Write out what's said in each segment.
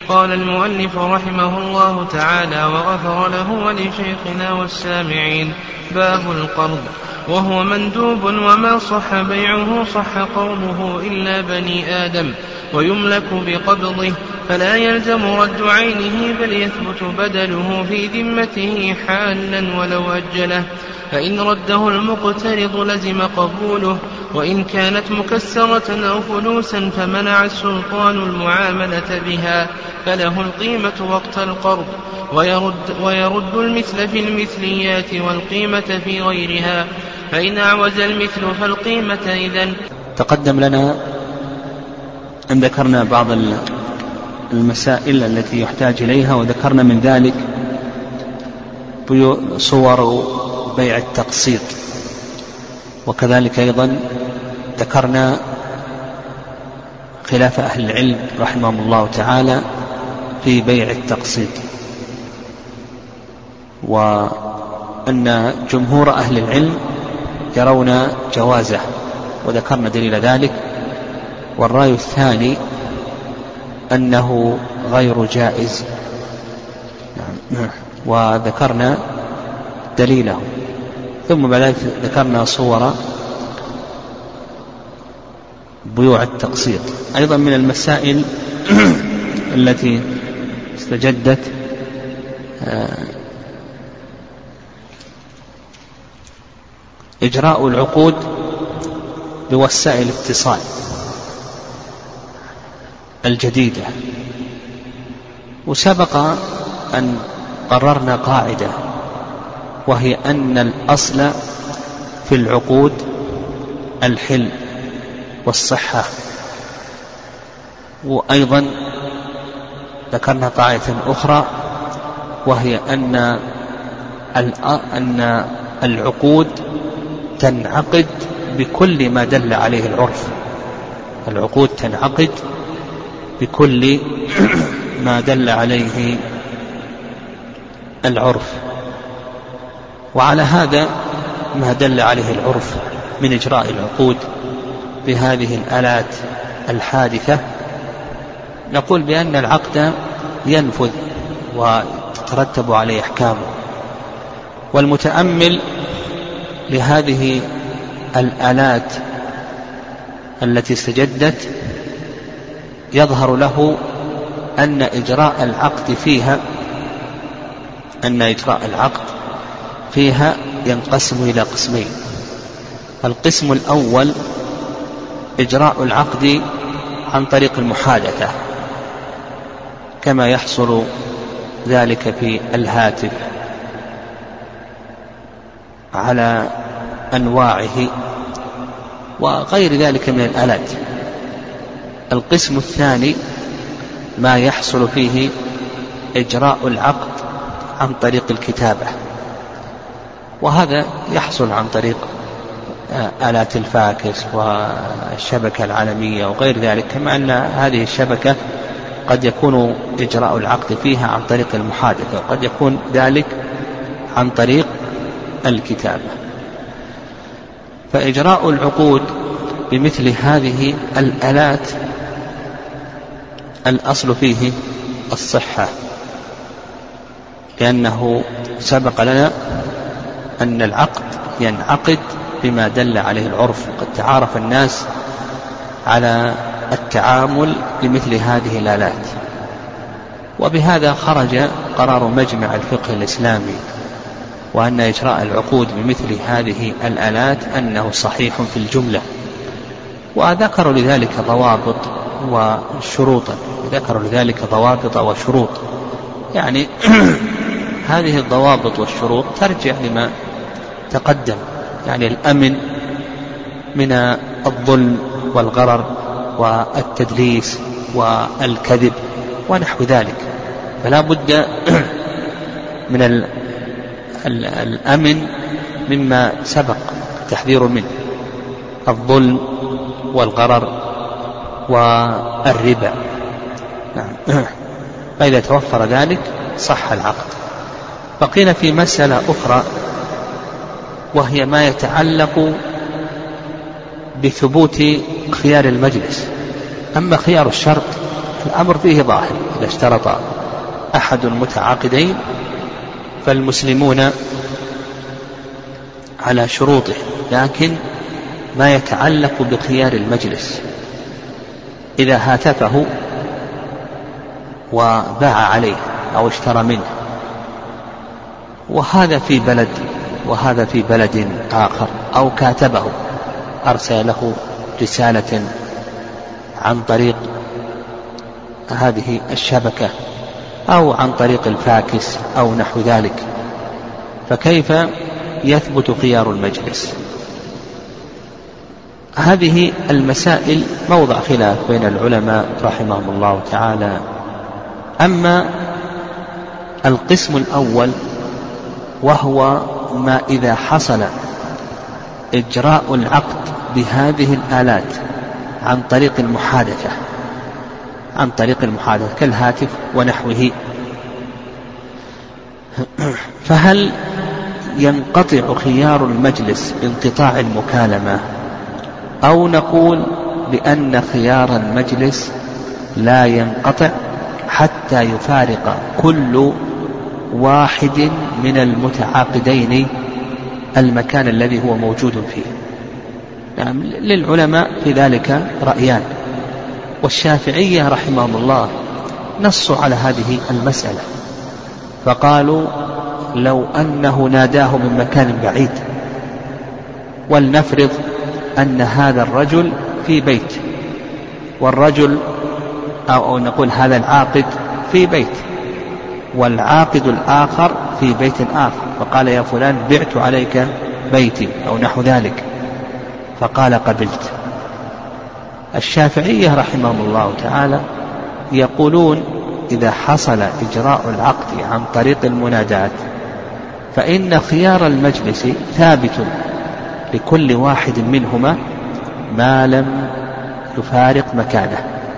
قال المؤلف رحمه الله تعالى وغفر له ولشيخنا والسامعين. باب القرض، وهو مندوب وما صح بيعه صح قرضه إلا بني آدم، ويملك بقبضه، فلا يلزم رد عينه بل يثبت بدله في ذمته حالا ولو أجله، فإن رده المقترض لزم قبوله، وإن كانت مكسرة أو فلوسا فمنع السلطان المعاملة بها فله القيمة وقت القرض، ويرد المثل في المثليات والقيمة في غيرها، فإن أعوز المثل فالقيمة إذن. تقدم لنا أن ذكرنا بعض المسائل التي يحتاج إليها، وذكرنا من ذلك صور بيع التقسيط، وكذلك أيضا ذكرنا خلاف أهل العلم رحمهم الله تعالى في بيع التقسيط، وأن جمهور أهل العلم يرون جوازه، وذكرنا دليل ذلك، والرأي الثاني أنه غير جائز، وذكرنا دليله. ثم بعد ذلك ذكرنا صور بيوع التقسيط. أيضا من المسائل التي استجدت إجراء العقود بوسائل الاتصال الجديدة. وسبق أن قررنا قاعدة، وهي أن الأصل في العقود الحل والصحة. وأيضا ذكرنا قاعدة أخرى، وهي أن العقود تنعقد بكل ما دل عليه العرف. العقود تنعقد بكل ما دل عليه العرف، وعلى هذا ما دل عليه العرف من إجراء العقود بهذه الآلات الحادثة، نقول بأن العقد ينفذ وتترتب عليه أحكامه. والمتأمل لهذه الآلات التي استجدت يظهر له أن إجراء العقد فيها ينقسم إلى قسمين. القسم الأول إجراء العقد عن طريق المحادثة، كما يحصل ذلك في الهاتف على أنواعه وغير ذلك من الآلات. القسم الثاني ما يحصل فيه إجراء العقد عن طريق الكتابة، وهذا يحصل عن طريق آلات الفاكس والشبكة العالمية وغير ذلك، كما أن هذه الشبكة قد يكون إجراء العقد فيها عن طريق المحادثة، وقد يكون ذلك عن طريق الكتابة. فإجراء العقود بمثل هذه الآلات الأصل فيه الصحة، لأنه سبق لنا أن العقد ينعقد بما دل عليه العرف، قد تعارف الناس على التعامل بمثل هذه الآلات. وبهذا خرج قرار مجمع الفقه الإسلامي، وأن إجراء العقود بمثل هذه الآلات أنه صحيح في الجملة، وذكروا لذلك ضوابط وشروط. يعني هذه الضوابط والشروط ترجع لما تقدم، يعني الأمن من الظلم والغرر والتدليس والكذب ونحو ذلك، فلا بد من الأمن مما سبق التحذير منه، الظلم والغرر والربا. فإذا توفر ذلك صح العقد. بقينا في مسألة أخرى، وهي ما يتعلق بثبوت خيار المجلس. أما خيار الشرط الأمر فيه ظاهر. إذا اشترط أحد المتعاقدين فالمسلمون على شروطه، لكن ما يتعلق بخيار المجلس إذا هاتفه وباع عليه أو اشترى منه، وهذا في بلد وهذا في بلد آخر، أو كاتبه أرسل له رسالة عن طريق هذه الشبكة أو عن طريق الفاكس أو نحو ذلك، فكيف يثبت خيار المجلس؟ هذه المسائل موضع خلاف بين العلماء رحمهم الله تعالى. أما القسم الأول وهو ما إذا حصل إجراء العقد بهذه الآلات عن طريق المحادثة كالهاتف ونحوه، فهل ينقطع خيار المجلس بانقطاع المكالمة، أو نقول بأن خيار المجلس لا ينقطع حتى يفارق كل واحد من المتعاقدين المكان الذي هو موجود فيه؟ نعم، للعلماء في ذلك رأيان، والشافعية رحمهم الله نصوا على هذه المسألة فقالوا لو أنه ناداه من مكان بعيد، ولنفرض أن هذا الرجل في بيت، والرجل أو نقول هذا العاقد في بيت، والعاقد الآخر في بيت آخر، فقال يا فلان بعت عليك بيتي أو نحو ذلك، فقال قبلت. الشافعية رحمهم الله تعالى يقولون إذا حصل إجراء العقد عن طريق المنادات فإن خيار المجلس ثابت لكل واحد منهما ما لم يفارق مكانه.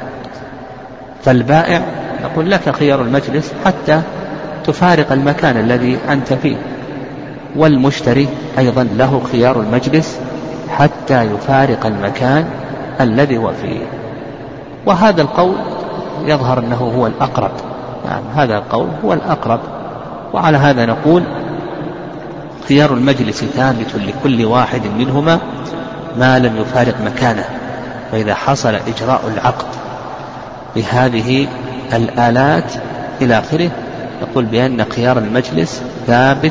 فالبائع نقول لك خيار المجلس حتى تفارق المكان الذي أنت فيه، والمشتري أيضا له خيار المجلس حتى يفارق المكان الذي هو فيه. وهذا القول يظهر أنه هو الأقرب، يعني هذا القول هو الأقرب، وعلى هذا نقول خيار المجلس ثابت لكل واحد منهما ما لم يفارق مكانه. فإذا حصل إجراء العقد بهذه الآلات إلى آخره نقول بأن خيار المجلس ثابت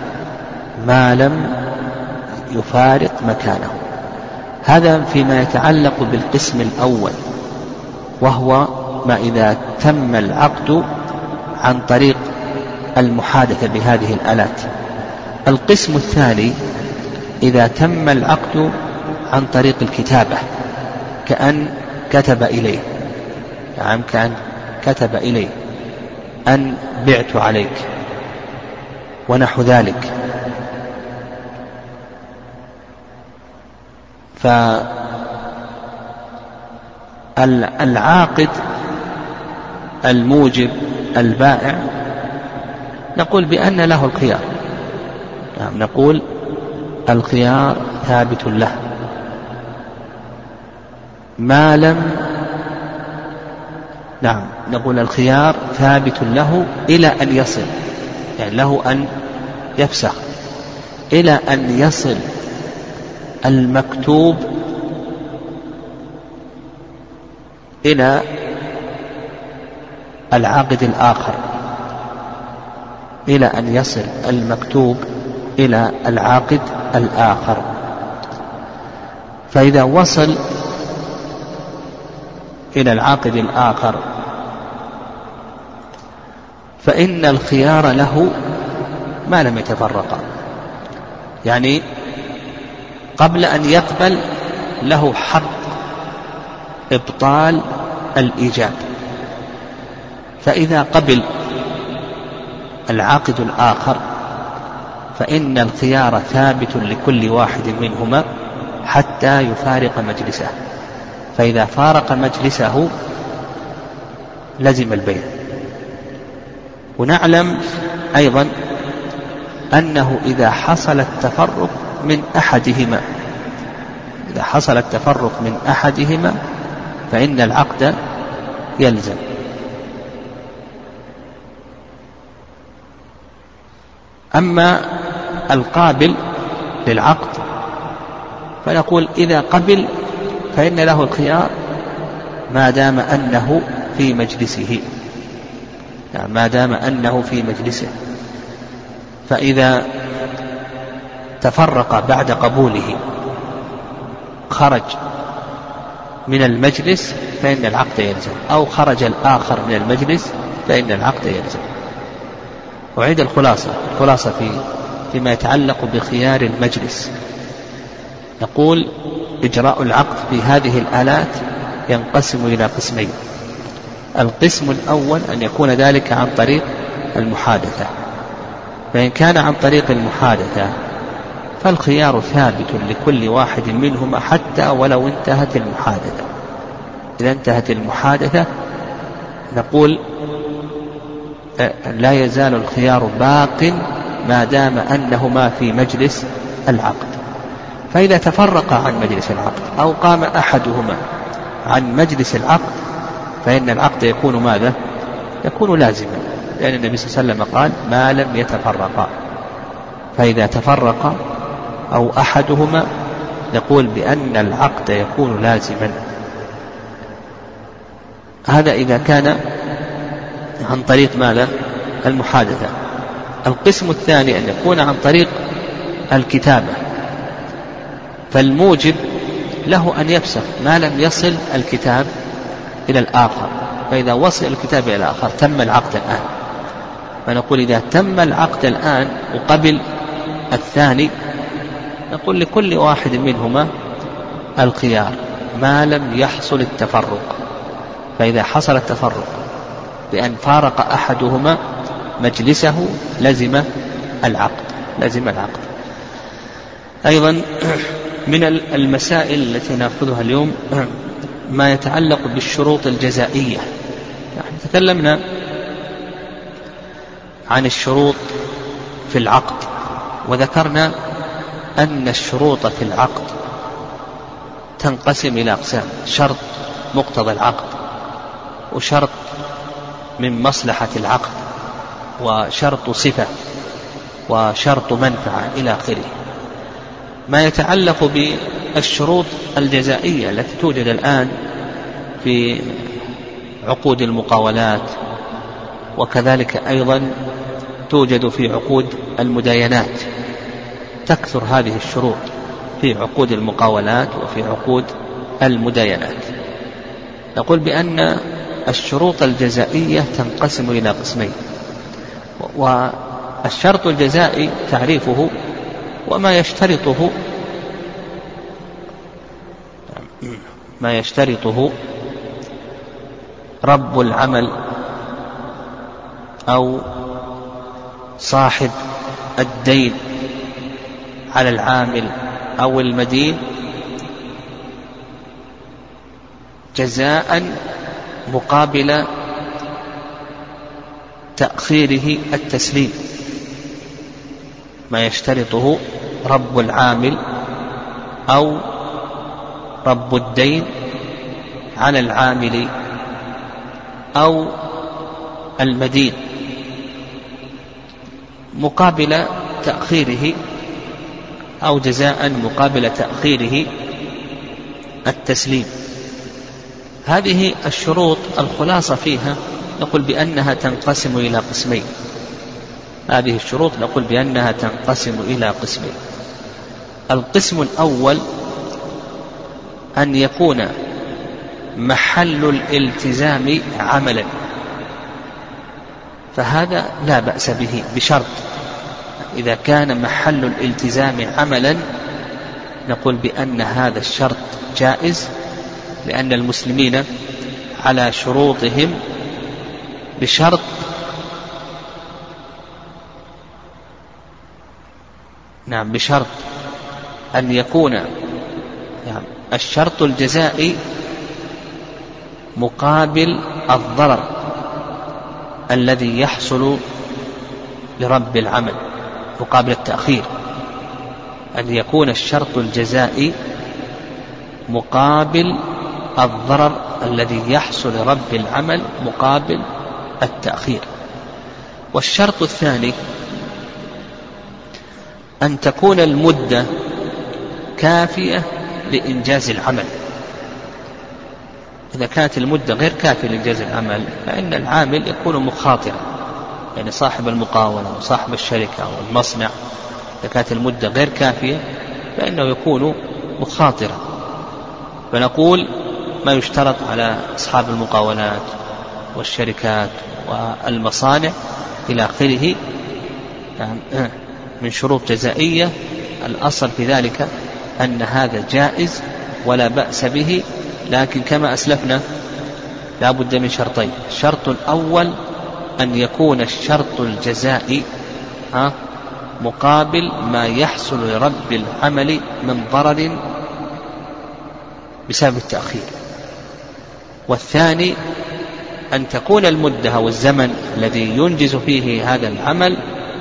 ما لم يفارق مكانه. هذا فيما يتعلق بالقسم الأول، وهو ما إذا تم العقد عن طريق المحادثة بهذه الآلات. القسم الثاني إذا تم العقد عن طريق الكتابة، كأن كتب إليه، نعم كأن كتب إليه أن بعت عليك ونحو ذلك. فالعاقد الموجب البائع نقول بأن له الخيار، نعم نقول الخيار ثابت له ما لم، نعم نقول الخيار ثابت له إلى أن يصل، يعني له أن يفسخ إلى أن يصل المكتوب إلى العاقد الآخر، إلى أن يصل المكتوب إلى العاقد الآخر. فإذا وصل إلى العاقد الآخر فإن الخيار له ما لم يتفرقا، يعني قبل أن يقبل له حق إبطال الإيجاب. فإذا قبل العاقد الآخر فإن الخيار ثابت لكل واحد منهما حتى يفارق مجلسه، فإذا فارق مجلسه لزم البيع. ونعلم أيضا أنه إذا حصل التفرق من أحدهما فإن العقد يلزم. أما القابل للعقد فنقول إذا قبل فإن له الخيار ما دام أنه في مجلسه، يعني ما دام أنه في مجلسه. فإذا تفرق بعد قبوله خرج من المجلس فإن العقد يلزم، أو خرج الآخر من المجلس فإن العقد يلزم. وعيد الخلاصة فيما يتعلق بخيار المجلس، نقول إجراء العقد في هذه الآلات ينقسم إلى قسمين. القسم الأول أن يكون ذلك عن طريق المحادثة، فإن كان عن طريق المحادثة فالخيار ثابت لكل واحد منهما حتى ولو انتهت المحادثة. إذا انتهت المحادثة نقول لا يزال الخيار باق ما دام أنهما في مجلس العقد. فإذا تفرق عن مجلس العقد أو قام أحدهما عن مجلس العقد فإن العقد يكون ماذا؟ يكون لازما، لأن النبي صلى الله عليه وسلم قال ما لم يتفرقا. فإذا تفرق أو أحدهما نقول بأن العقد يكون لازما. هذا إذا كان عن طريق ماذا؟ المحادثة. القسم الثاني أن يكون عن طريق الكتابة، فالموجب له أن يفسخ ما لم يصل الكتاب إلى الآخر. فإذا وصل الكتاب إلى الآخر تم العقد الآن. فنقول إذا تم العقد الآن وقبل الثاني نقول لكل واحد منهما الخيار ما لم يحصل التفرق. فإذا حصل التفرق بأن فارق أحدهما مجلسه لزم العقد. أيضا من المسائل التي نأخذها اليوم ما يتعلق بالشروط الجزائية. نحن تكلمنا عن الشروط في العقد وذكرنا أن الشروط في العقد تنقسم إلى أقسام: شرط مقتضى العقد، وشرط من مصلحة العقد، وشرط صفة، وشرط منفعة إلى آخره. ما يتعلق بالشروط الجزائية التي توجد الآن في عقود المقاولات، وكذلك أيضا توجد في عقود المداينات، تكثر هذه الشروط في عقود المقاولات وفي عقود المداينات. نقول بأن الشروط الجزائية تنقسم إلى قسمين. والشرط الجزائي تعريفه ما يشترطه رب العمل أو صاحب الدين على العامل أو المدين جزاء مقابل تأخيره التسليم. ما يشترطه رب العامل أو رب الدين على العامل أو المدين مقابل تأخيره، أو جزاء مقابل تأخيره التسليم. هذه الشروط الخلاصة فيها نقول بأنها تنقسم إلى قسمين. هذه الشروط نقول بأنها تنقسم إلى قسمين. القسم الأول أن يكون محل الالتزام عملا، فهذا لا بأس به بشرط: إذا كان محل الالتزام عملا نقول بأن هذا الشرط جائز، لأن المسلمين على شروطهم بشرط أن يكون الشرط الجزائي مقابل الضرر الذي يحصل لرب العمل، مقابل التأخير. أن يكون الشرط الجزائي مقابل الضرر الذي يحصل لرب العمل مقابل التأخير. والشرط الثاني أن تكون المدة كافية لإنجاز العمل. إذا كانت المدة غير كافية لإنجاز العمل فإن العامل يكون مخاطرا، يعني صاحب المقاولة وصاحب الشركة أو المصنع إذا كانت المدة غير كافية فإنه يكون مخاطرا. فنقول ما يشترط على أصحاب المقاولات والشركات والمصانع إلى آخره من شروط جزائية، الأصل في ذلك أن هذا جائز ولا بأس به، لكن كما أسلفنا لا بد من شرطين. الشرط الأول أن يكون الشرط الجزائي مقابل ما يحصل لرب العمل من ضرر بسبب التأخير. والثاني أن تكون المدة أو الزمن الذي ينجز فيه هذا العمل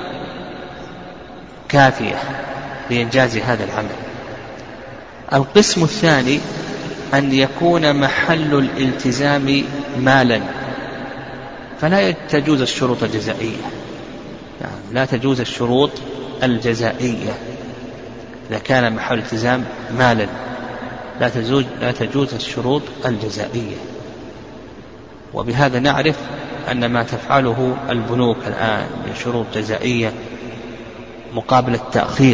كافية لإنجاز هذا العمل. القسم الثاني أن يكون محل الالتزام مالا، فلا تجوز الشروط الجزائية، يعني لا تجوز الشروط الجزائية. إذا كان محل الالتزام مالا لا تجوز الشروط الجزائية. وبهذا نعرف أن ما تفعله البنوك الآن من شروط جزائية مقابل التأخير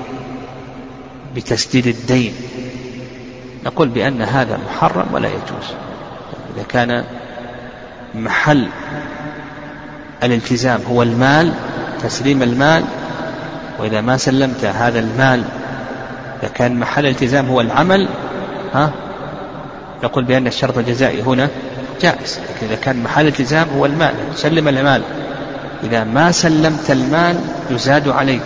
بتسديد الدين نقول بأن هذا محرم ولا يجوز. إذا كان محل الالتزام هو المال، تسليم المال، وإذا ما سلمت هذا المال إذا كان محل الالتزام هو العمل نقول بأن الشرط الجزائي هنا جائز. لكن إذا كان محل الالتزام هو المال سلم المال، إذا ما سلمت المال يزاد عليك،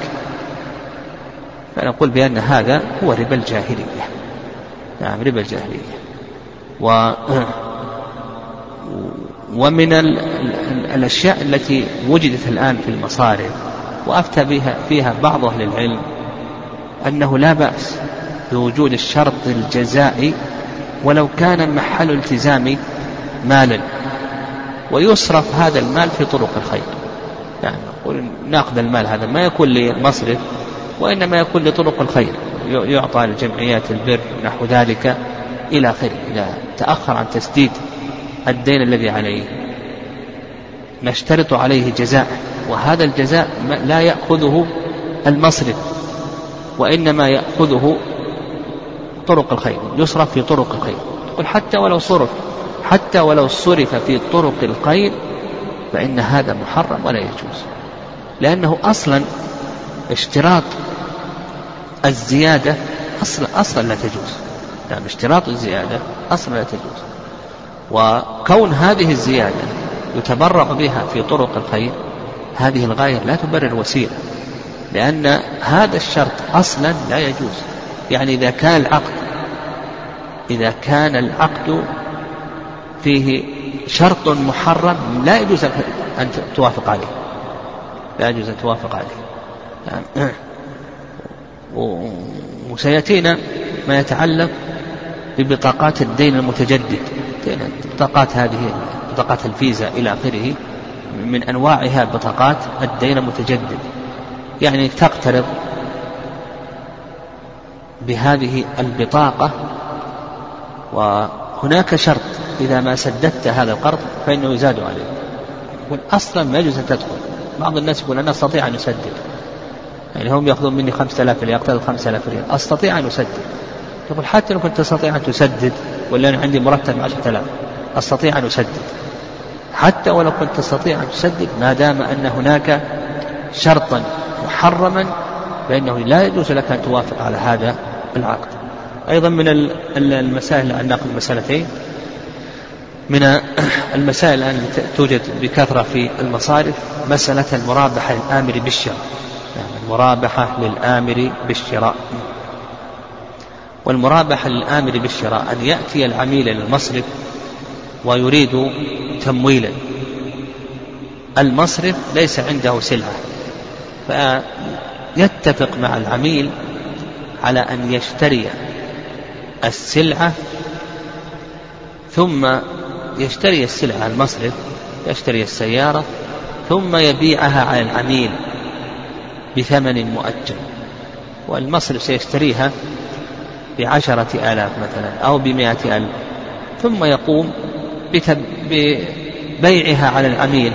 فنقول بأن هذا هو ربا الجاهلية. نعم ربا الجاهلية. ومن الأشياء التي وجدت الآن في المصارف وأفتى فيها بعض أهل العلم أنه لا بأس بوجود الشرط الجزائي ولو كان محل التزام مالا، ويصرف هذا المال في طرق الخير. يعني نأخذ المال هذا ما يكون لمصرف وإنما يكون لطرق الخير، يعطى لجمعيات البر ونحو ذلك إلى آخره. إذا تأخر عن تسديد الدين الذي عليه نشترط عليه جزاء، وهذا الجزاء لا يأخذه المصرف وإنما يأخذه طرق الخير، يصرف في طرق الخير. يقول حتى ولو صرف في طرق الخير فإن هذا محرم ولا يجوز، لأنه أصلا اشتراط الزيادة أصلا لا تجوز. يعني اشتراط الزيادة أصلا لا تجوز، وكون هذه الزيادة يتبرع بها في طرق الخير هذه الغاية لا تبرر وسيلة، لأن هذا الشرط أصلا لا يجوز. يعني إذا كان العقد فيه شرط محرم لا يجوز أن توافق عليه، لا يجوز أن توافق عليه. يعني وسيأتينا ما يتعلق ببطاقات الدين المتجدد، بطاقات هذه بطاقات الفيزا إلى آخره، من أنواعها بطاقات الدين المتجدد. يعني تقترض بهذه البطاقة وهناك شرط إذا ما سددت هذا القرض فإنه يزاد عليه. يقول أصلا ما يجوز أن تدخل. بعض الناس يقول أنا أستطيع أن أسدد، يعني هم يأخذون مني 5000 ريال، يقترض 5000 ريال، أستطيع أن أسدد. يقول حتى لو كنت تستطيع أن تسدد ولا أنا عندي مرتب 10,000 أستطيع أن أسدد، حتى ولو كنت تستطيع أن تسدد ما دام أن هناك شرطا محرما فإنه لا يجوز لك أن توافق على هذا العقد. أيضا من المسائل أن نأخذ مسألتين. من المسائل التي توجد بكثرة في المصارف مسألة المرابحة للآمر بالشراء، يعني المرابحة للآمر بالشراء. والمرابحة للآمر بالشراء أن يأتي العميل إلى المصرف ويريد تمويلا، المصرف ليس عنده سلعة، فيتفق مع العميل على أن يشتري السلعة ثم يشتري السلعة المصرف، يشتري السيارة ثم يبيعها على العميل بثمن مؤجل، والمصرف سيشتريها ب10,000 مثلا أو ب100,000، ثم يقوم ببيعها على العميل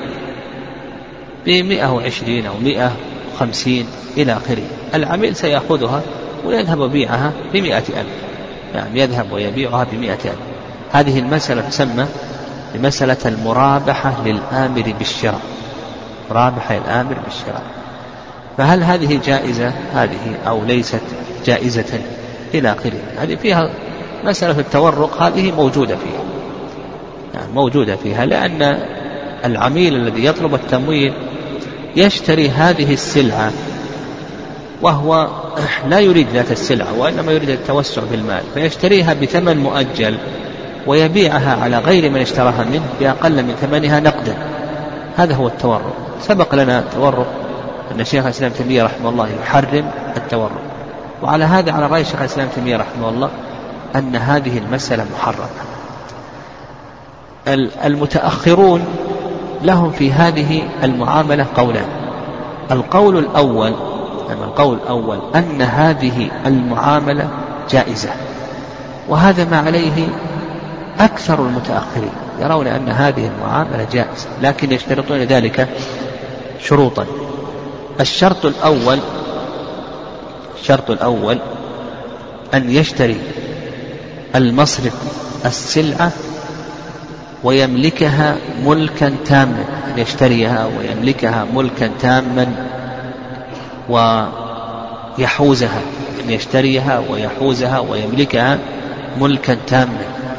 ب120 أو 150 إلى آخره. العميل سيأخذها ويذهب ويبيعها ب100,000، يعني يذهب ويبيعها ب100,000. هذه المسألة تسمى بمسألة المرابحة للآمر بالشراء، مرابحة للآمر بالشراء. فهل هذه جائزة هذه أو ليست جائزة إلى آخره؟ هذه فيها مسألة التورق، هذه موجودة فيها، يعني موجودة فيها، لأن العميل الذي يطلب التمويل يشتري هذه السلعة وهو لا يريد ذات السلعة وإنما يريد التوسع بالمال، فيشتريها بثمن مؤجل ويبيعها على غير من اشتراها منه بأقل من ثمنها نقدا. هذا هو التورق. سبق لنا التورق أن شيخ الإسلام تيمية رحمه الله يحرم التورق، وعلى هذا على رأي شيخ الإسلام تيمية رحمه الله أن هذه المسألة محرمة. المتأخرون لهم في هذه المعاملة قولان. القول الأول أن هذه المعاملة جائزة، وهذا ما عليه أكثر المتأخرين، يرون أن هذه المعاملة جائزة، لكن يشترطون ذلك شروطا. الشرط الأول أن يشتري المصرف السلعة ويملكها ملكا تاما، أن يشتريها ويملكها ملكا تاما ويحوزها، أن يشتريها ويحوزها ويملكها ملكا تاما.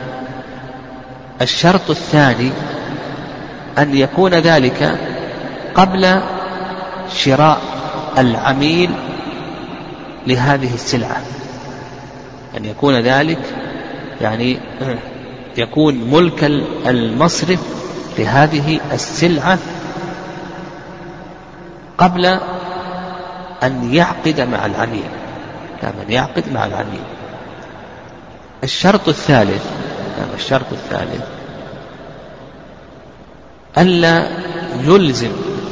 الشرط الثاني أن يكون ذلك قبل شراء العميل لهذه السلعة، أن يكون ذلك يعني يكون ملك المصرف لهذه السلعة قبل أن يعقد مع العميل، كمن يعقد مع العميل. الشرط الثالث ألا يلزم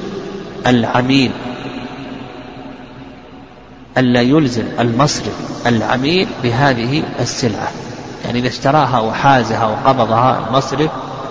المصرف العميل بهذه السلعة، يعني إذا اشتراها وحازها وقبضها المصرف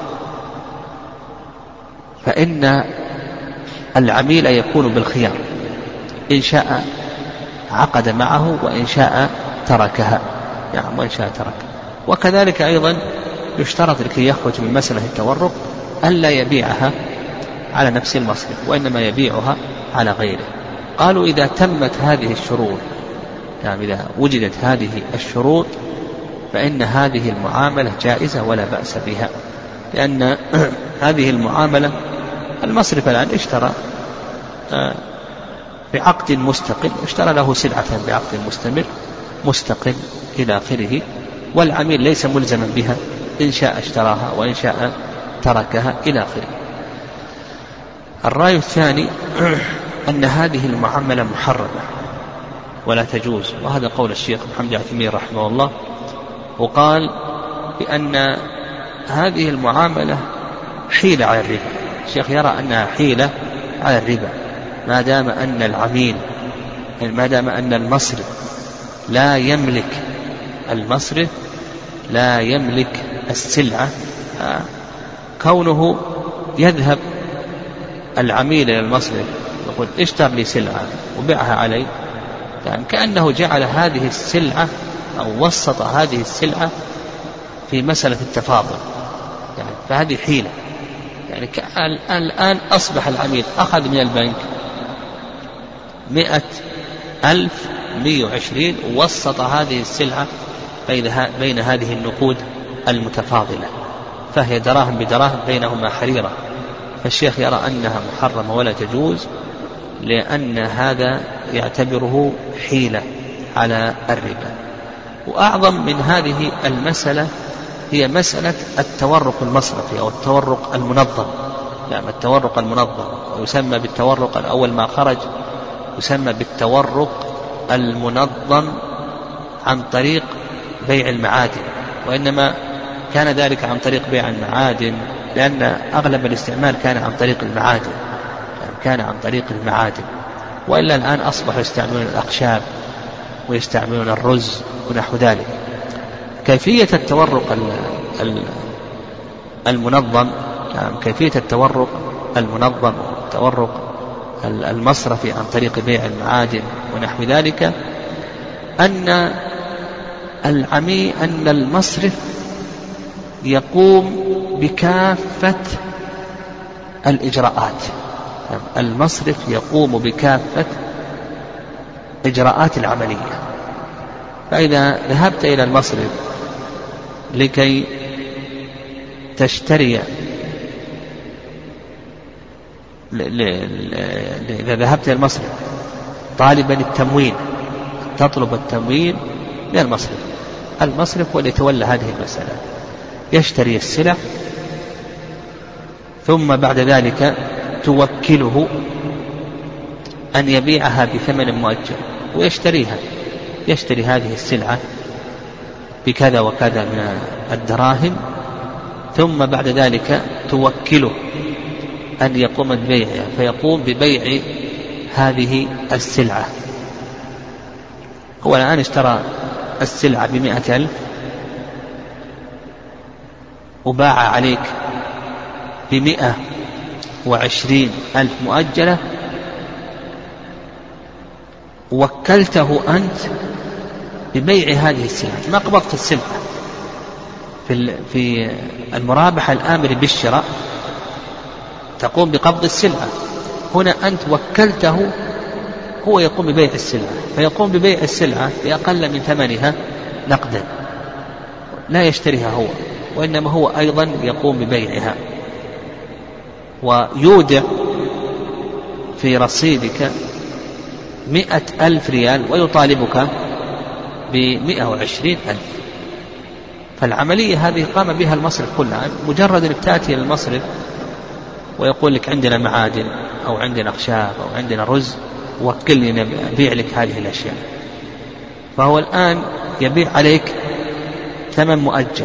فإن العميل يكون بالخيار، إن شاء عقد معه وإن شاء تركها، يعني وإن شاء تركها. وكذلك أيضا يشترط لكي يخرج من مسألة التورق ألا يبيعها على نفس المصرف وإنما يبيعها على غيره. قالوا إذا تمت هذه الشروط، يعني إذا وجدت هذه الشروط فإن هذه المعاملة جائزة ولا بأس بها، لأن هذه المعاملة المصرف الآن اشترى بعقد مستقل، اشترى له سلعة بعقد مستقل إلى آخره، والعميل ليس ملزما بها، إن شاء اشتراها وإن شاء تركها إلى آخره. الرأي الثاني أن هذه المعاملة محرمة ولا تجوز، وهذا قول الشيخ محمد عثيمين رحمه الله، وقال بأن هذه المعاملة حيلة على الربا. الشيخ يرى أنها حيلة على الربا ما دام أن المصرف لا يملك السلعة، كونه يذهب العميل إلى المصرف يقول اشتر لي سلعة وبيعها علي، يعني كأنه جعل هذه السلعة أو وسط هذه السلعة في مسألة التفاضل، يعني فهذه حيلة. يعني الآن أصبح العميل أخذ من البنك 100,000 120 ووسط هذه السلعة بين هذه النقود المتفاضلة، فهي دراهم بدراهم بينهما حريرة. فالشيخ يرى أنها محرمة ولا تجوز، لأن هذا يعتبره حيلة على الربا. وأعظم من هذه المسألة هي مسألة التورق المصرفي أو التورق المنظم، يعني التورق المنظم، ويسمى بالتورق الأول ما خرج يسمى بالتورق المنظم عن طريق بيع المعادن، وإنما كان ذلك عن طريق بيع المعادن، لأن أغلب الاستعمال كان عن طريق المعادن، كان عن طريق المعادن. وإلا الآن أصبحوا يستعملون الأخشاب ويستعملون الرز ونحو ذلك. كيفية التورق المنظم، كيفية التورق المنظم والتورق المصرفي عن طريق بيع المعادن ونحو ذلك، أن المصرف يقوم بكافة الإجراءات، المصرف يقوم بكافة إجراءات العملية. فإذا ذهبت إلى المصرف لكي تشتري، إذا ذهبت إلى المصرف طالبا التموين، تطلب التموين من المصرف، المصرف هو اللي يتولى هذه المسألة، يشتري السلع ثم بعد ذلك توكله أن يبيعها بثمن مؤجل ويشتريها، يشتري هذه السلعة بكذا وكذا من الدراهم، ثم بعد ذلك توكله أن يقوم ببيعها، فيقوم ببيع هذه السلعة. هو الآن اشترى السلعة ب100,000 وباع عليك ب120,000 مؤجلة، وكلته أنت ببيع هذه السلعة، ما قبضت السلعة. في المرابحة الآمر بالشراء تقوم بقبض السلعة، هنا أنت وكلته هو يقوم ببيع السلعة، فيقوم ببيع السلعة بأقل من ثمنها نقدا، لا يشتريها هو، وإنما هو أيضا يقوم ببيعها، ويودع في رصيدك 100,000 ريال ويطالبك ب120,000. فالعملية هذه قام بها المصرف كلها. مجرد أنك تأتي للمصرف ويقول لك عندنا معادن أو عندنا أخشاب أو عندنا رز، وكلني نبيع لك هذه الأشياء، فهو الآن يبيع عليك ثمن مؤجل،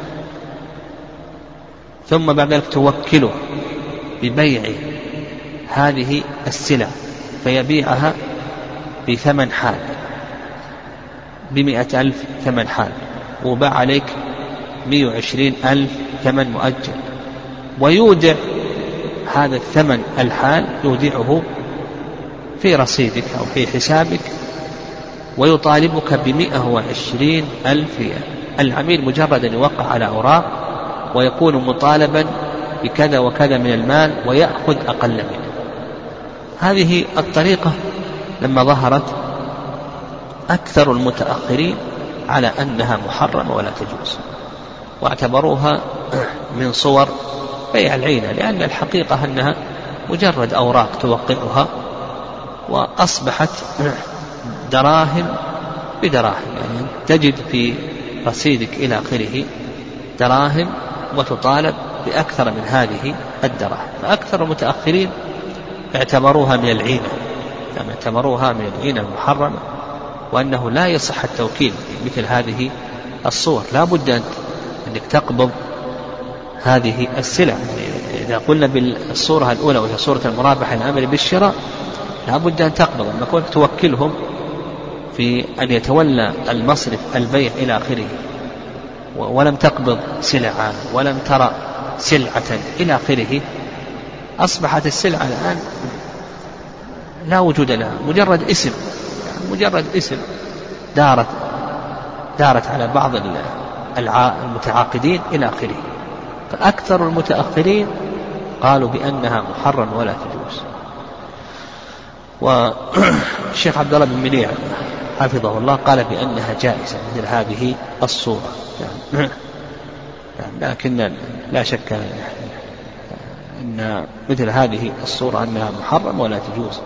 ثم بعد ذلك توكله ببيع هذه السلع فيبيعها بثمن حال، ب100,000 ثمن حال، وباع عليك 120,000 ثمن مؤجل، ويودع هذا الثمن الحال يودعه في رصيدك أو في حسابك، ويطالبك ب120,000 ريال. العميل مجرد أن يوقع على أوراق ويكون مطالبا بكذا وكذا من المال ويأخذ أقل منه. هذه الطريقة لما ظهرت أكثر المتأخرين على أنها محرمة ولا تجوز، واعتبروها من صور بيع العينة، لأن الحقيقة أنها مجرد أوراق توقعها وأصبحت دراهم بدراهم، يعني تجد في رصيدك إلى آخره دراهم وتطالب بأكثر من هذه الدراهم. فأكثر المتأخرين اعتبروها من العينة، اعتبروها من العينة المحرمة، وأنه لا يصح التوكيل في مثل هذه الصور. لا بد أنك تقبض هذه السلع. إذا قلنا بالصورة الأولى وهي صورة المرابحة الأمر بالشراء، لا بد أن تقبض، أن نقول توكلهم في أن يتولى المصرف البيع إلى آخره، ولم تقبض سلعة ولم ترى سلعة إلى آخره، أصبحت السلعة الآن لا وجود لها، مجرد اسم، مجرد اسم دارت على بعض المتعاقدين إلى آخره. فأكثر المتأخرين قالوا بأنها محرم ولا تجوز. والشيخ عبد الله بن منيع حفظه الله قال بأنها جائزة مثل هذه الصورة، يعني لكن لا شك أن مثل هذه الصورة أنها محرم ولا تجوز،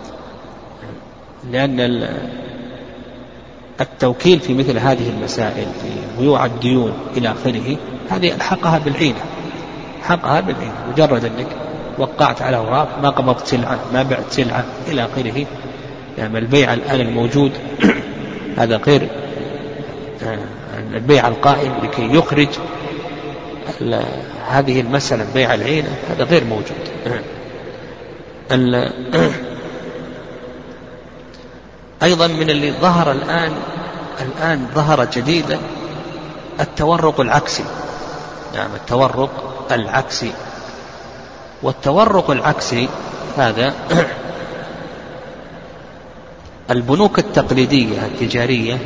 لأن التوكيل في مثل هذه المسائل في بيوع الديون إلى آخره هذه الحقها بالعينة، حقها بالعينة، مجرد أنك وقعت على أوراق، ما قبضت سلعة، ما بعت سلعة إلى آخره. يعني البيع الآن الموجود هذا غير البيع القائم لكي يخرج هذه المسألة بيع العينة هذا غير موجود. أيضا من اللي ظهر الآن ظهر جديدا التورق العكسي. نعم التورق العكسي. والتورق العكسي هذا البنوك التقليدية التجارية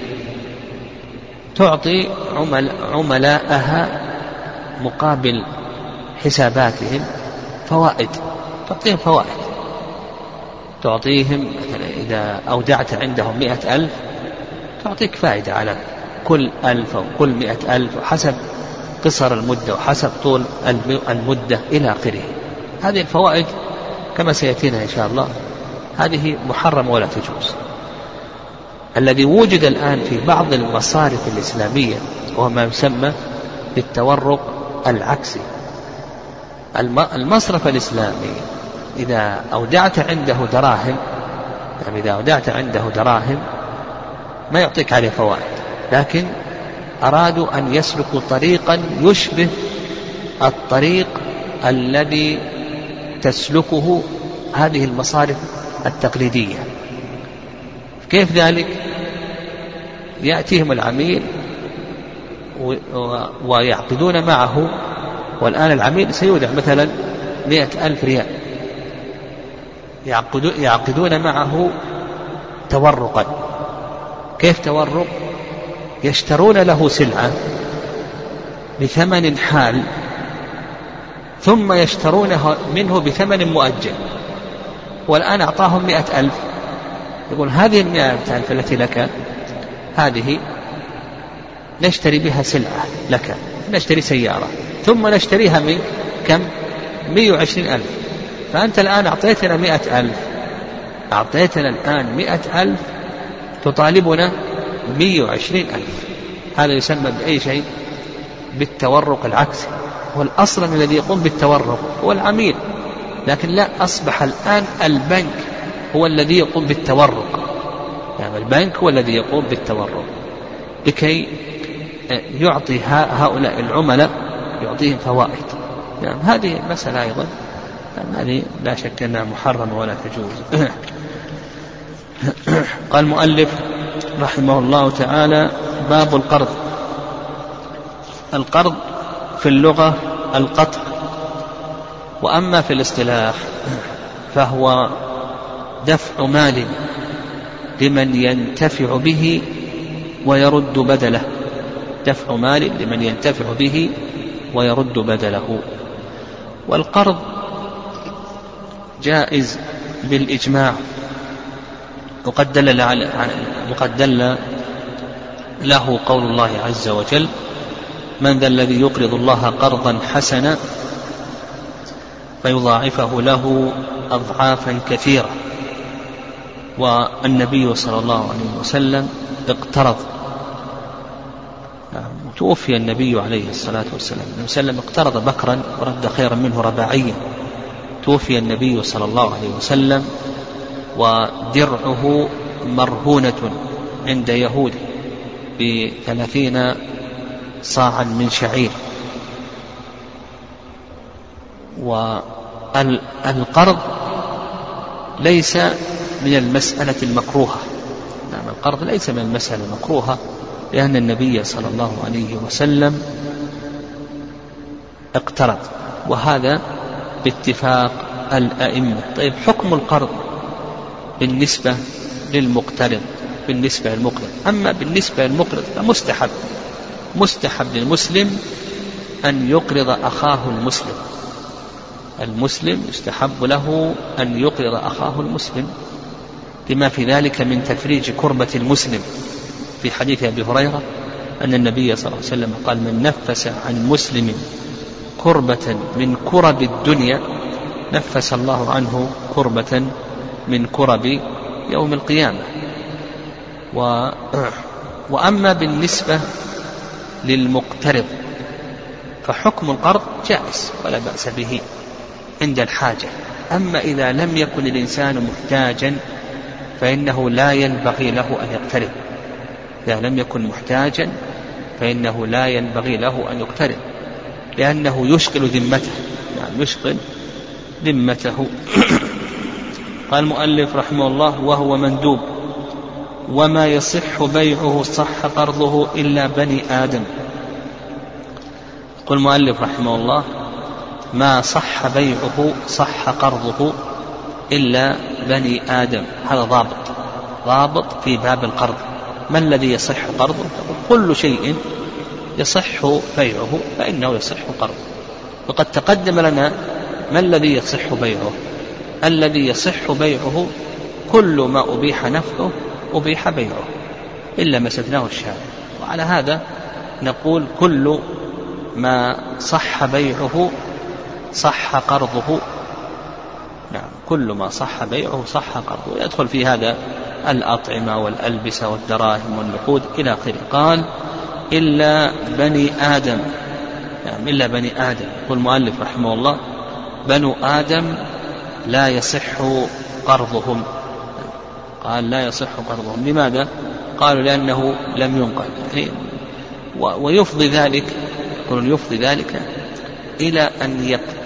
تعطي عملاءها مقابل حساباتهم فوائد، تعطيهم فوائد، تعطيهم مثلا إذا أودعت عندهم 100,000 تعطيك فائدة على كل 1000 أو كل 100,000 حسب قصر المدة وحسب طول المدة إلى آخره. هذه الفوائد كما سيأتينا إن شاء الله هذه محرمة ولا تجوز. الذي وجد الآن في بعض المصارف الإسلامية وهو ما يسمى بالتورق العكسي. المصرف الإسلامي إذا أودعت عنده دراهم، يعني إذا أودعت عنده دراهم ما يعطيك عليه فوائد، لكن أرادوا أن يسلكوا طريقا يشبه الطريق الذي تسلكه هذه المصارف التقليدية. كيف ذلك؟ يأتيهم العميل ويعقدون معه، والآن العميل سيودع مثلا 100,000 ريال، يعقدون معه تورقا. كيف تورق؟ يشترون له سلعة بثمن حال ثم يشترونه منه بثمن مؤجل، والآن أعطاهم 100,000، يقول هذه 100,000 التي لك هذه نشتري بها سلعة لك، نشتري سيارة ثم نشتريها من كم؟ 120,000. فأنت الآن أعطيتنا 100,000، أعطيتنا الآن 100,000 تطالبنا 120,000. هذا يسمى بأي شيء؟ بالتورق العكسي. والأصل الذي يقوم بالتورق هو العميل، لكن لا، أصبح الآن البنك هو الذي يقوم بالتورق. يعني البنك هو الذي يقوم بالتورق لكي يعطي هؤلاء العملاء يعطيهم فوائد. يعني هذه المسألة أيضا هذه لا شك أنها محرمة ولا تجوز. قال المؤلف رحمه الله تعالى: باب القرض. القرض في اللغة القطع، وأما في الاصطلاح فهو دفع مال لمن ينتفع به ويرد بدله. دفع مال لمن ينتفع به ويرد بدله. والقرض جائز بالإجماع، وقد دل له قول الله عز وجل: من ذا الذي يقرض الله قرضا حسنا فيضاعفه له أضعافا كثيرة. والنبي صلى الله عليه وسلم اقترض، توفي النبي عليه الصلاة والسلام، النبي صلى الله عليه وسلم اقترض بكرا ورد خيرا منه رباعيا. توفي النبي صلى الله عليه وسلم ودرعه مرهونة عند يهود ب30 صاعا من شعير. والقرض ليس من المسألة المكروهة. نعم القرض ليس من المسألة المكروهة، لأن النبي صلى الله عليه وسلم اقترض، وهذا باتفاق الأئمة. طيب حكم القرض بالنسبة للمقترض بالنسبة للمقرض؟ أما بالنسبة للمقرض مستحب للمسلم أن يقرض أخاه المسلم. المسلم يستحب له أن يقرض أخاه المسلم لما في ذلك من تفريج كربة المسلم. في حديث أبي هريرة أن النبي صلى الله عليه وسلم قال: من نفس عن مسلم كربة من كرب الدنيا نفس الله عنه كربة من كرب يوم القيامة. وأما بالنسبة للمقترض فحكم القرض جائز ولا بأس به عند الحاجة. أما إذا لم يكن الإنسان محتاجا فإنه لا ينبغي له أن يقترض. إذا لم يكن محتاجا فإنه لا ينبغي له أن يقترض، لأنه يشغل ذمته، يعني يشغل ذمته. قال المؤلف رحمه الله: وهو مندوب، وما يصح بيعه صح قرضه إلا بني آدم. يقول المؤلف رحمه الله: ما صح بيعه صح قرضه إلا بني آدم. هذا ضابط في باب القرض. ما الذي يصح قرضه؟ كل شيء يصح بيعه فإنه يصح قرضه. وقد تقدم لنا ما الذي يصح بيعه. الذي يصح بيعه كل ما أبيح نفعه أبيح بيعه إلا ما استثناه الشارع. وعلى هذا نقول كل ما صح بيعه صح قرضه. نعم، كل ما صح بيعه صح قرضه. يدخل في هذا الأطعمة والألبسة والدراهم والنقود إلى آخره. قال: إلا بني آدم. يعني إلا بني آدم. يقول المؤلف رحمه الله: بنو آدم لا يصح قرضهم. قال: لا يصح قرضهم. لماذا؟ قالوا: لأنه لم ينقل. يعني ويفضي ذلك، يقولون يفضي ذلك إلى أن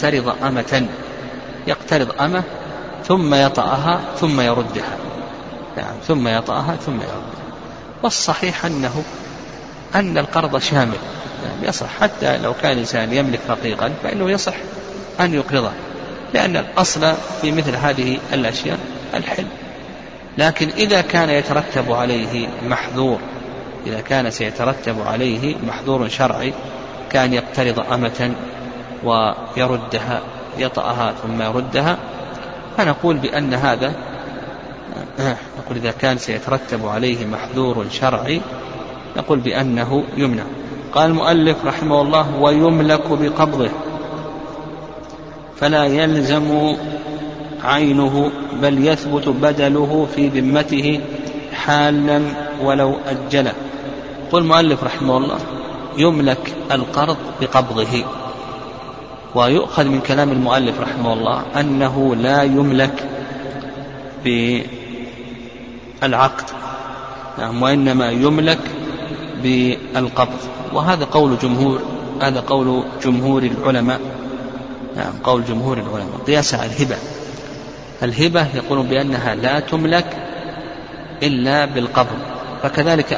يقترض أمة ثم يطأها ثم يردها. يعني ثم يطأها ثم يردها. والصحيح أن القرض شامل، يعني يصح حتى لو كان الإنسان يملك رقيقا فإنه يصح أن يقرضه، لأن الأصل في مثل هذه الأشياء الحل. لكن إذا كان يترتب عليه محذور، إذا كان سيترتب عليه محذور شرعي، كان يقترض أمة ويردها، يطأها ثم يردها، فنقول بأن هذا، نقول إذا كان سيترتب عليه محذور شرعي نقول بأنه يمنع. قال المؤلف رحمه الله: ويملك بقبضه، فلا يلزم عينه بل يثبت بدله في ذمته حالا ولو أجله. قل المؤلف رحمه الله: يملك القرض بقبضه. ويؤخذ من كلام المؤلف رحمه الله أنه لا يملك بالعقد، وإنما يملك بالقبض. وهذا قول جمهور العلماء. قول جمهور العلماء قياسا على الهبة يقولون بأنها لا تملك إلا بالقبض. فكذلك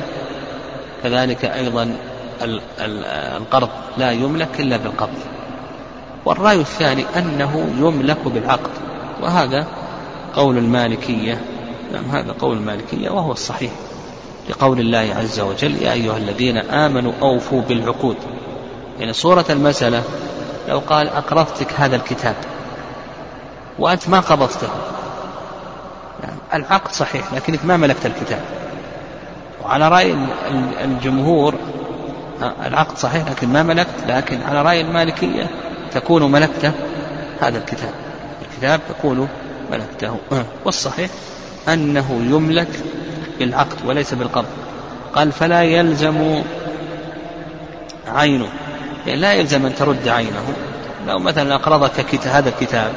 أيضا القرض لا يملك إلا بالقبض. والرأي الثاني أنه يملك بالعقد، وهذا قول المالكية. هذا قول المالكية وهو الصحيح، لقول الله عز وجل: يا أيها الذين آمنوا أوفوا بالعقود. يعني صورة المسألة لو قال: أقرضتك هذا الكتاب وأنت ما قبضته، يعني العقد صحيح لكنك ما ملكت الكتاب. وعلى رأي الجمهور العقد صحيح لكن ما ملكت، لكن على رأي المالكية تكون ملكته هذا الكتاب تكون ملكته. والصحيح أنه يملك بالعقد وليس بالقبض. قال: فلا يلزم عينه، يعني لا يلزم أن ترد عينه. لو مثلا أقرضك هذا الكتاب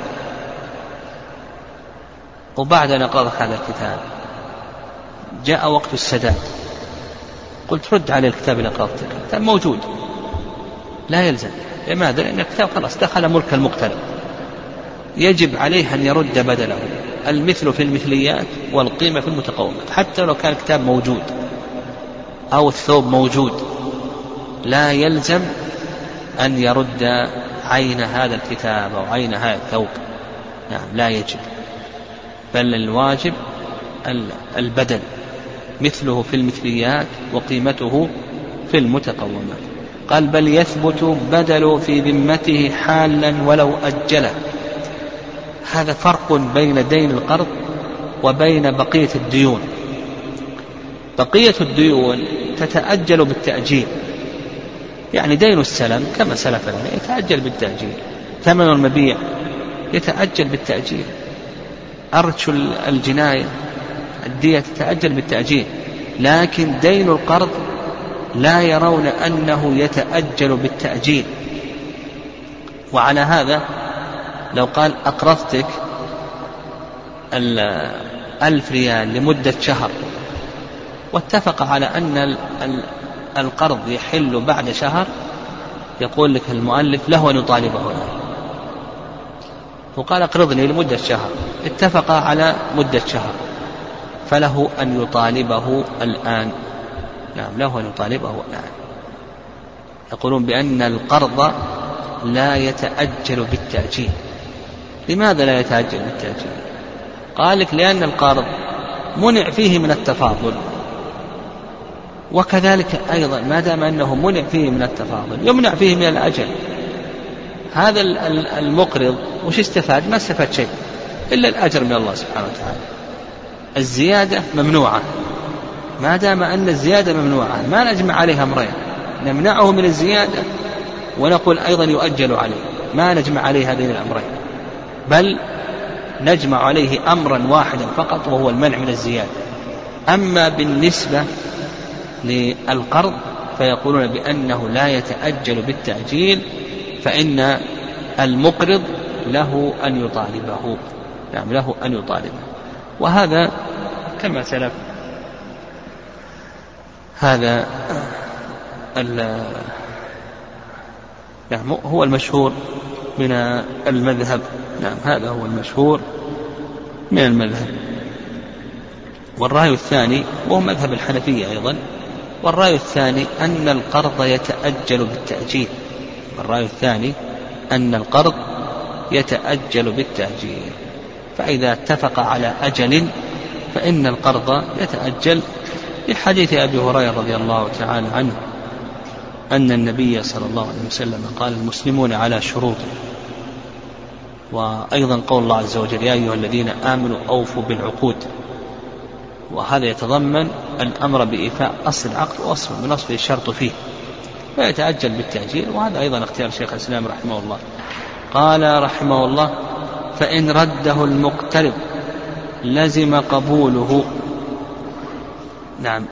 وبعد أن أقرضك هذا الكتاب جاء وقت السداد، قلت رد على الكتاب اللي أقرضتك، الكتاب موجود، لا يلزم. لماذا؟ لأن الكتاب خلاص دخل ملك المقترض، يجب عليه أن يرد بدله. المثل في المثليات والقيمة في المتقومات. حتى لو كان الكتاب موجود أو الثوب موجود لا يلزم أن يرد عين هذا الكتاب أو عين هذا الثوب، يعني لا يجب، بل الواجب البدل، مثله في المثليات وقيمته في المتقومات. قال: بل يثبت بدل في ذمته حالا ولو أجله. هذا فرق بين دين القرض وبين بقية الديون. بقية الديون تتأجل بالتأجيل، يعني دين السلم كما سلف لنا يتأجل بالتأجيل، ثمن المبيع يتأجل بالتأجيل، أرش الجناية الدية تتأجل بالتأجيل. لكن دين القرض لا يرون أنه يتأجل بالتأجيل. وعلى هذا لو قال: أقرضتك 1000 ريال لمدة شهر، واتفق على أن القرض يحل بعد شهر، يقول لك المؤلف له أن يطالبه الآن، وقال اقرضني لمدة شهر، اتفق على مدة شهر، فله أن يطالبه الآن. نعم، له أن يطالبه الآن. يقولون بأن القرض لا يتأجل بالتأجيل. لماذا لا يتأجل بالتأجيل؟ قال لك لأن القرض منع فيه من التفاضل، وكذلك أيضا ما دام أنه منع فيه من التفاضل يمنع فيه من الأجل. هذا المقرض وش استفاد؟ ما استفاد شيء إلا الأجر من الله سبحانه وتعالى. الزيادة ممنوعة، ما دام أن الزيادة ممنوعة ما نجمع عليها أمرين، نمنعه من الزيادة ونقول أيضا يؤجل عليه، ما نجمع عليه هذين الأمرين، بل نجمع عليه أمرا واحدا فقط وهو المنع من الزيادة. أما بالنسبة للقرض فيقولون بأنه لا يتأجل بالتأجيل، فإن المقرض له أن يطالبه. نعم، له أن يطالبه. وهذا كما سلف هذا نعم هو المشهور من المذهب. نعم، هذا هو المشهور من المذهب. والرأي الثاني وهو مذهب الحنفية أيضا، والرأي الثاني أن القرض يتأجل بالتأجيل. الرأي الثاني أن القرض يتأجل بالتأجيل، فإذا اتفق على أجل فإن القرض يتأجل، لحديث أبي هريرة رضي الله تعالى عنه أن النبي صلى الله عليه وسلم قال المسلمون على شروطه. وأيضا قول الله عز وجل يا أيها الذين آمنوا أوفوا بالعقود، وهذا يتضمن الأمر بإيفاء أصل العقد وأصل من أصل الشرط فيه، فيتأجل بالتأجيل. وهذا أيضا اختيار شيخ الإسلام رحمه الله. قال رحمه الله فإن رده المقترض لزم قبوله. نعم،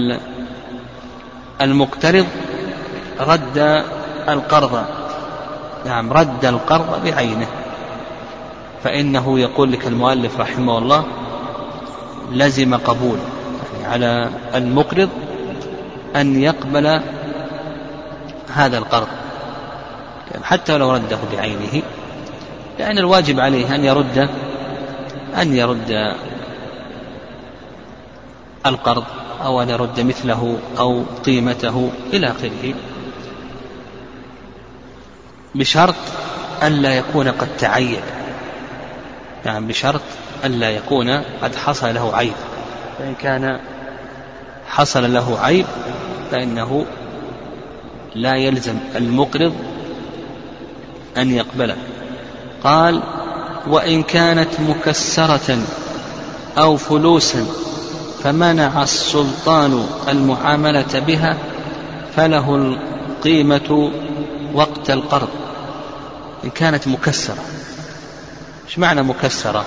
المقترض رد القرض، نعم رد القرض بعينه، فإنه يقول لك المؤلف رحمه الله لزم قبوله، يعني على المقرض أن يقبل هذا القرض حتى لو رده بعينه، لأن الواجب عليه أن يرد القرض أو أن يرد مثله أو قيمته إلى آخره، بشرط أن لا يكون قد تعين. يعني بشرط أن لا يكون قد حصل له عيب، فإن كان حصل له عيب فإنه لا يلزم المقرض أن يقبله. قال وإن كانت مكسرة أو فلوسا فمنع السلطان المعاملة بها فله القيمة وقت القرض. إن كانت مكسرة، إيش معنى مكسرة؟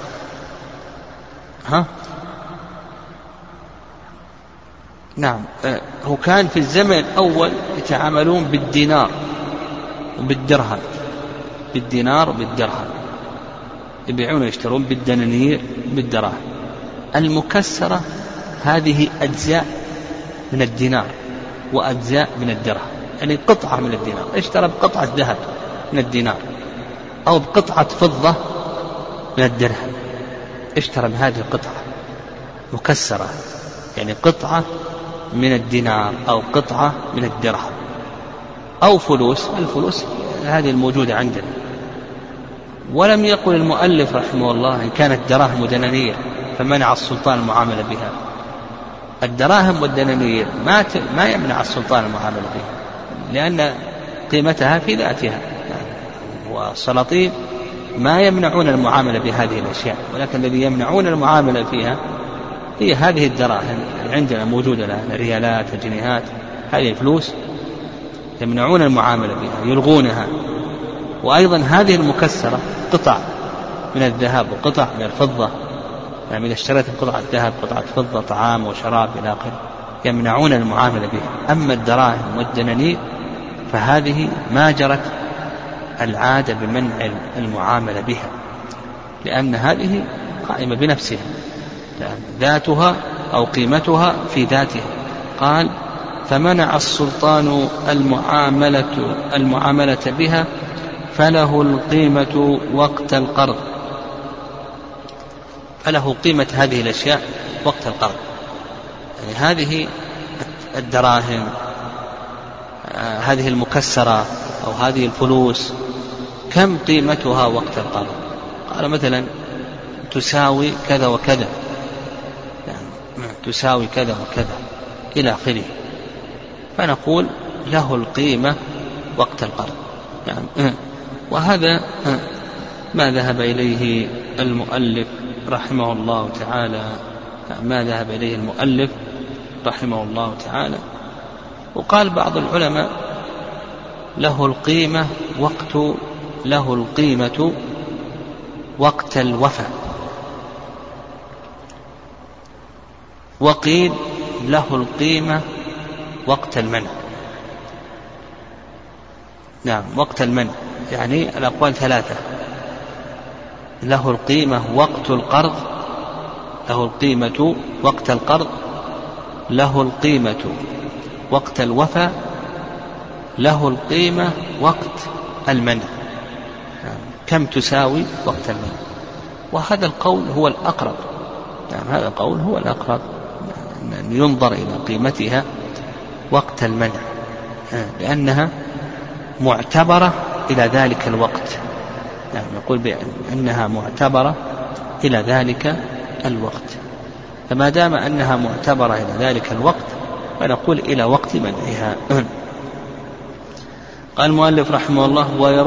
نعم، هو كان في الزمن الأول يتعاملون بالدينار وبالدرهم، بالدينار وبالدرهم، يبيعون ويشترون بالدنانير بالدراهم. المكسرة هذه أجزاء من الدينار وأجزاء من الدرهم، يعني قطعة من الدينار، اشترى بقطعة ذهب من الدينار أو بقطعة فضة من الدرهم، اشترى بهذه القطعة مكسرة، يعني قطعة من الدينار أو قطعة من الدرهم. أو فلوس، الفلوس هذه الموجودة عندنا. ولم يقل المؤلف رحمه الله إن كانت دراهم ودنانير فمنع السلطان المعاملة بها. الدراهم والدنانير ما يمنع السلطان المعاملة بها، لأن قيمتها في ذاتها، والسلاطين ما يمنعون المعاملة بهذه الأشياء، ولكن الذي يمنعون المعاملة فيها هي هذه الدراهم عندنا موجودة الآن، الريالات والجنيهات، هذه الفلوس يمنعون المعاملة بها، يلغونها. وأيضا هذه المكسرة قطع من الذهب وقطع من الفضة، يعني إذا اشتريت قطعة ذهب قطعة فضة طعام وشراب إلى آخره يمنعون المعاملة بها. أما الدراهم والدنانير فهذه ما جرت العادة بمنع المعاملة بها، لأن هذه قائمة بنفسها، ذاتها أو قيمتها في ذاتها. قال فمنع السلطان المعاملة بها فله القيمة وقت القرض. فله قيمة هذه الأشياء وقت القرض، يعني هذه الدراهم، هذه المكسرة أو هذه الفلوس كم قيمتها وقت القرض؟ قال مثلا تساوي كذا وكذا، يعني تساوي كذا وكذا إلى آخره، فنقول له القيمة وقت القرض. يعني وهذا ما ذهب إليه المؤلف رحمه الله تعالى، ما ذهب إليه المؤلف رحمه الله تعالى. وقال بعض العلماء له القيمة وقت الوفاء، وقيل له القيمة وقت المنع. نعم، وقت المنع، يعني الأقوال ثلاثة: له القيمة وقت القرض، له القيمة وقت القرض، له القيمة وقت الوفاء، له القيمة وقت المنع. كم تساوي وقت المنع؟ وهذا القول هو الأقرب، يعني هذا القول هو الأقرب، أن ينظر إلى قيمتها وقت المنع، لأنها معتبرة إلى ذلك الوقت. يعني نقول بأنها معتبرة إلى ذلك الوقت، فما دام أنها معتبرة إلى ذلك الوقت فنقول إلى وقت منعها. قال المؤلف رحمه الله: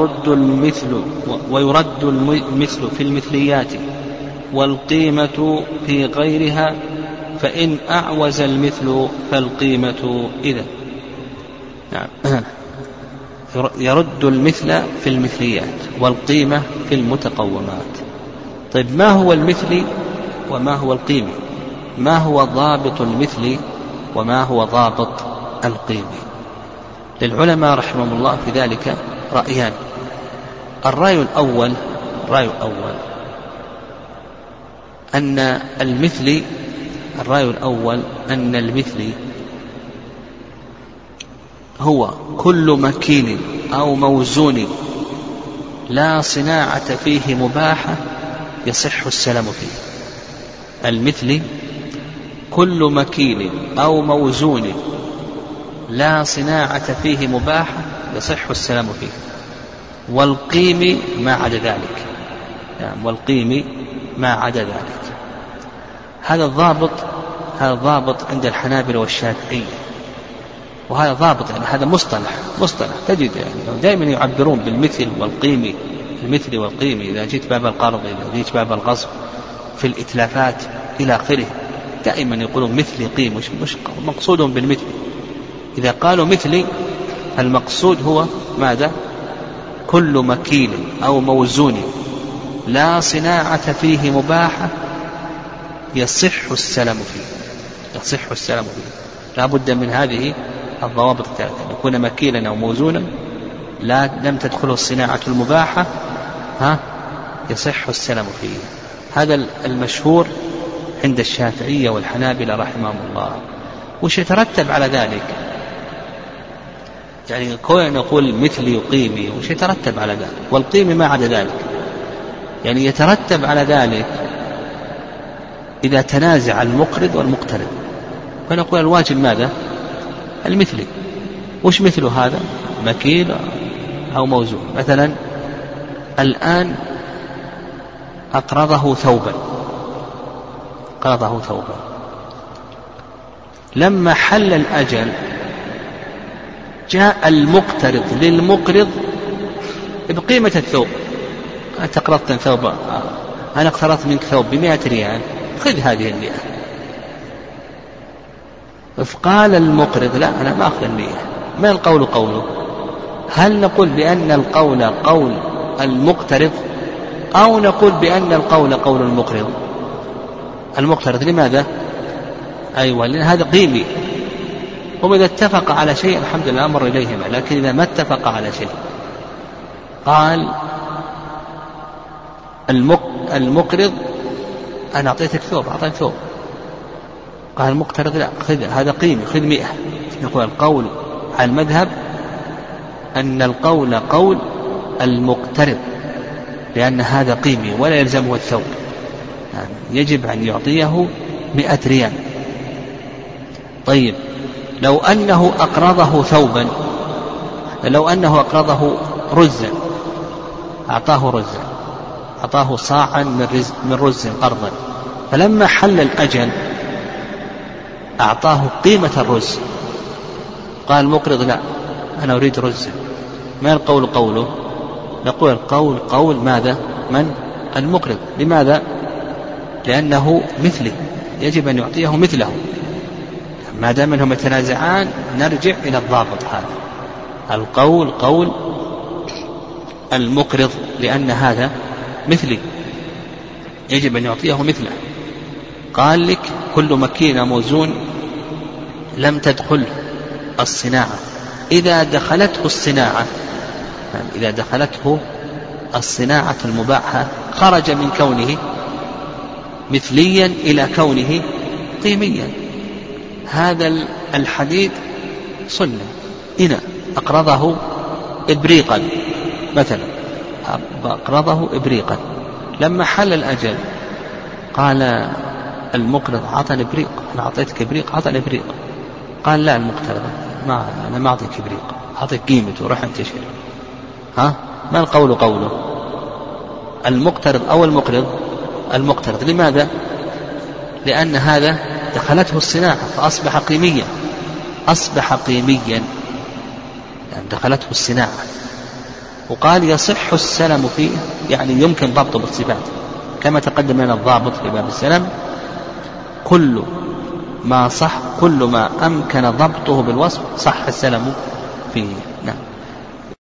ويرد المثل في المثليات والقيمة في غيرها، فإن أعوز المثل فالقيمة إذا. نعم، يرد المثل في المثليات والقيمة في المتقومات. طيب، ما هو المثل وما هو القيمة؟ ما هو ضابط المثل وما هو ضابط القيمة؟ للعلماء رحمهم الله في ذلك رأيان. الرأي الأول أن المثل هو كل مكيل أو موزون لا صناعة فيه مباحة يصح السلام فيه. المثل كل مكيل أو موزون لا صناعة فيه مباحة يصح السلام فيه، والقيم ما عدا ذلك، يعني والقيم ما عدا ذلك. هذا الضابط عند الحنابلة والشافعية، وهذا ضابط، يعني هذا مصطلح تجد يعني دائما يعبرون بالمثل والقيم، المثل والقيم إذا جيت باب القرض، إذا جيت باب الغصب، في الإتلافات إلى آخره، دائما يقولون مثل قيم. مش مقصودهم بالمثل. إذا قالوا مثلي المقصود هو ماذا؟ كل مكيل أو موزون لا صناعة فيه مباحة يصح السلام فيه. لا بد من هذه الضوابط الثلاثة: أن يكون مكيلا أو موزونا لم تدخله الصناعة المباحة يصح السلام فيه. هذا المشهور عند الشافعية والحنابلة رحمهم الله. وش يترتب على ذلك؟ يعني كون نقول مثلي وقيمي، وش يترتب على ذلك؟ والقيم ما عدا ذلك، يعني يترتب على ذلك إذا تنازع المقرض والمقترض، فنقول الواجب ماذا؟ المثلي. وش مثل هذا؟ مكيل أو موزون. مثلا الآن أقرضه ثوبا، لما حل الأجل جاء المقترض للمقرض بقيمة الثوب. أنت قرضت ثوبا، أنا اقترضت منك ثوب ب100 ريال، خذ هذه 100. فقال المقرض: لا، أنا ما أخذ 100. ما القول قوله؟ هل نقول بأن القول قول المقترض، أو نقول بأن القول قول المقترض؟ لماذا؟ أيوة، لأن هذا قيمي. هم إذا اتفق على شيء الحمد لله أمر إليهما، لكن إذا ما اتفق على شيء قال المقرض: أنا أعطيتك ثوب، أعطيك ثوب. قال المقترض: لا، خذ هذا قيمي، خذ 100. نقول القول على المذهب أن القول قول المقترض، لأن هذا قيمي ولا يلزمه الثوب، يعني يجب أن يعطيه 100 ريال. طيب لو أنه أقرضه ثوبا، لو أنه أقرضه رزا، أعطاه رزا، أعطاه صاعا من رز قرضا، فلما حل الأجل أعطاه قيمة الرز، قال المقرض لا أنا أريد رزا، ما القول قوله؟ نقول القول قول ماذا؟ من؟ المقرض. لماذا؟ لأنه مثله، يجب أن يعطيه مثله. ما دام أنهم يتنازعان نرجع إلى الضابط هذا، القول قول المقرض، لأن هذا مثلي يجب أن يعطيه مثله. قال لك كل مكين موزون لم تدخل الصناعة، إذا دخلته الصناعة، إذا دخلته الصناعة المباحة خرج من كونه مثليا إلى كونه قيميا. هذا الحديد صنع إناء أقرضه إبريقا مثلا، أقرضه إبريقا، لما حل الأجل قال المقرض أعطني إبريق، أنا أعطيتك إبريق، أعطني إبريق. قال لا المقترض أنا ما أعطيك إبريق، أعطيك قيمته، روح أنت شيل. ما القول قوله؟ المقترض أو المقرض؟ المقترض. لماذا؟ لأن هذا دخلته الصناعة فأصبح قيميا، أصبح قيميا يعني دخلته الصناعة. وقال يصح السلم فيه، يعني يمكن ضبطه بالصفات كما تقدم لنا الضابط في باب السلم، كل ما أمكن ضبطه بالوصف صح السلم فيه. نعم.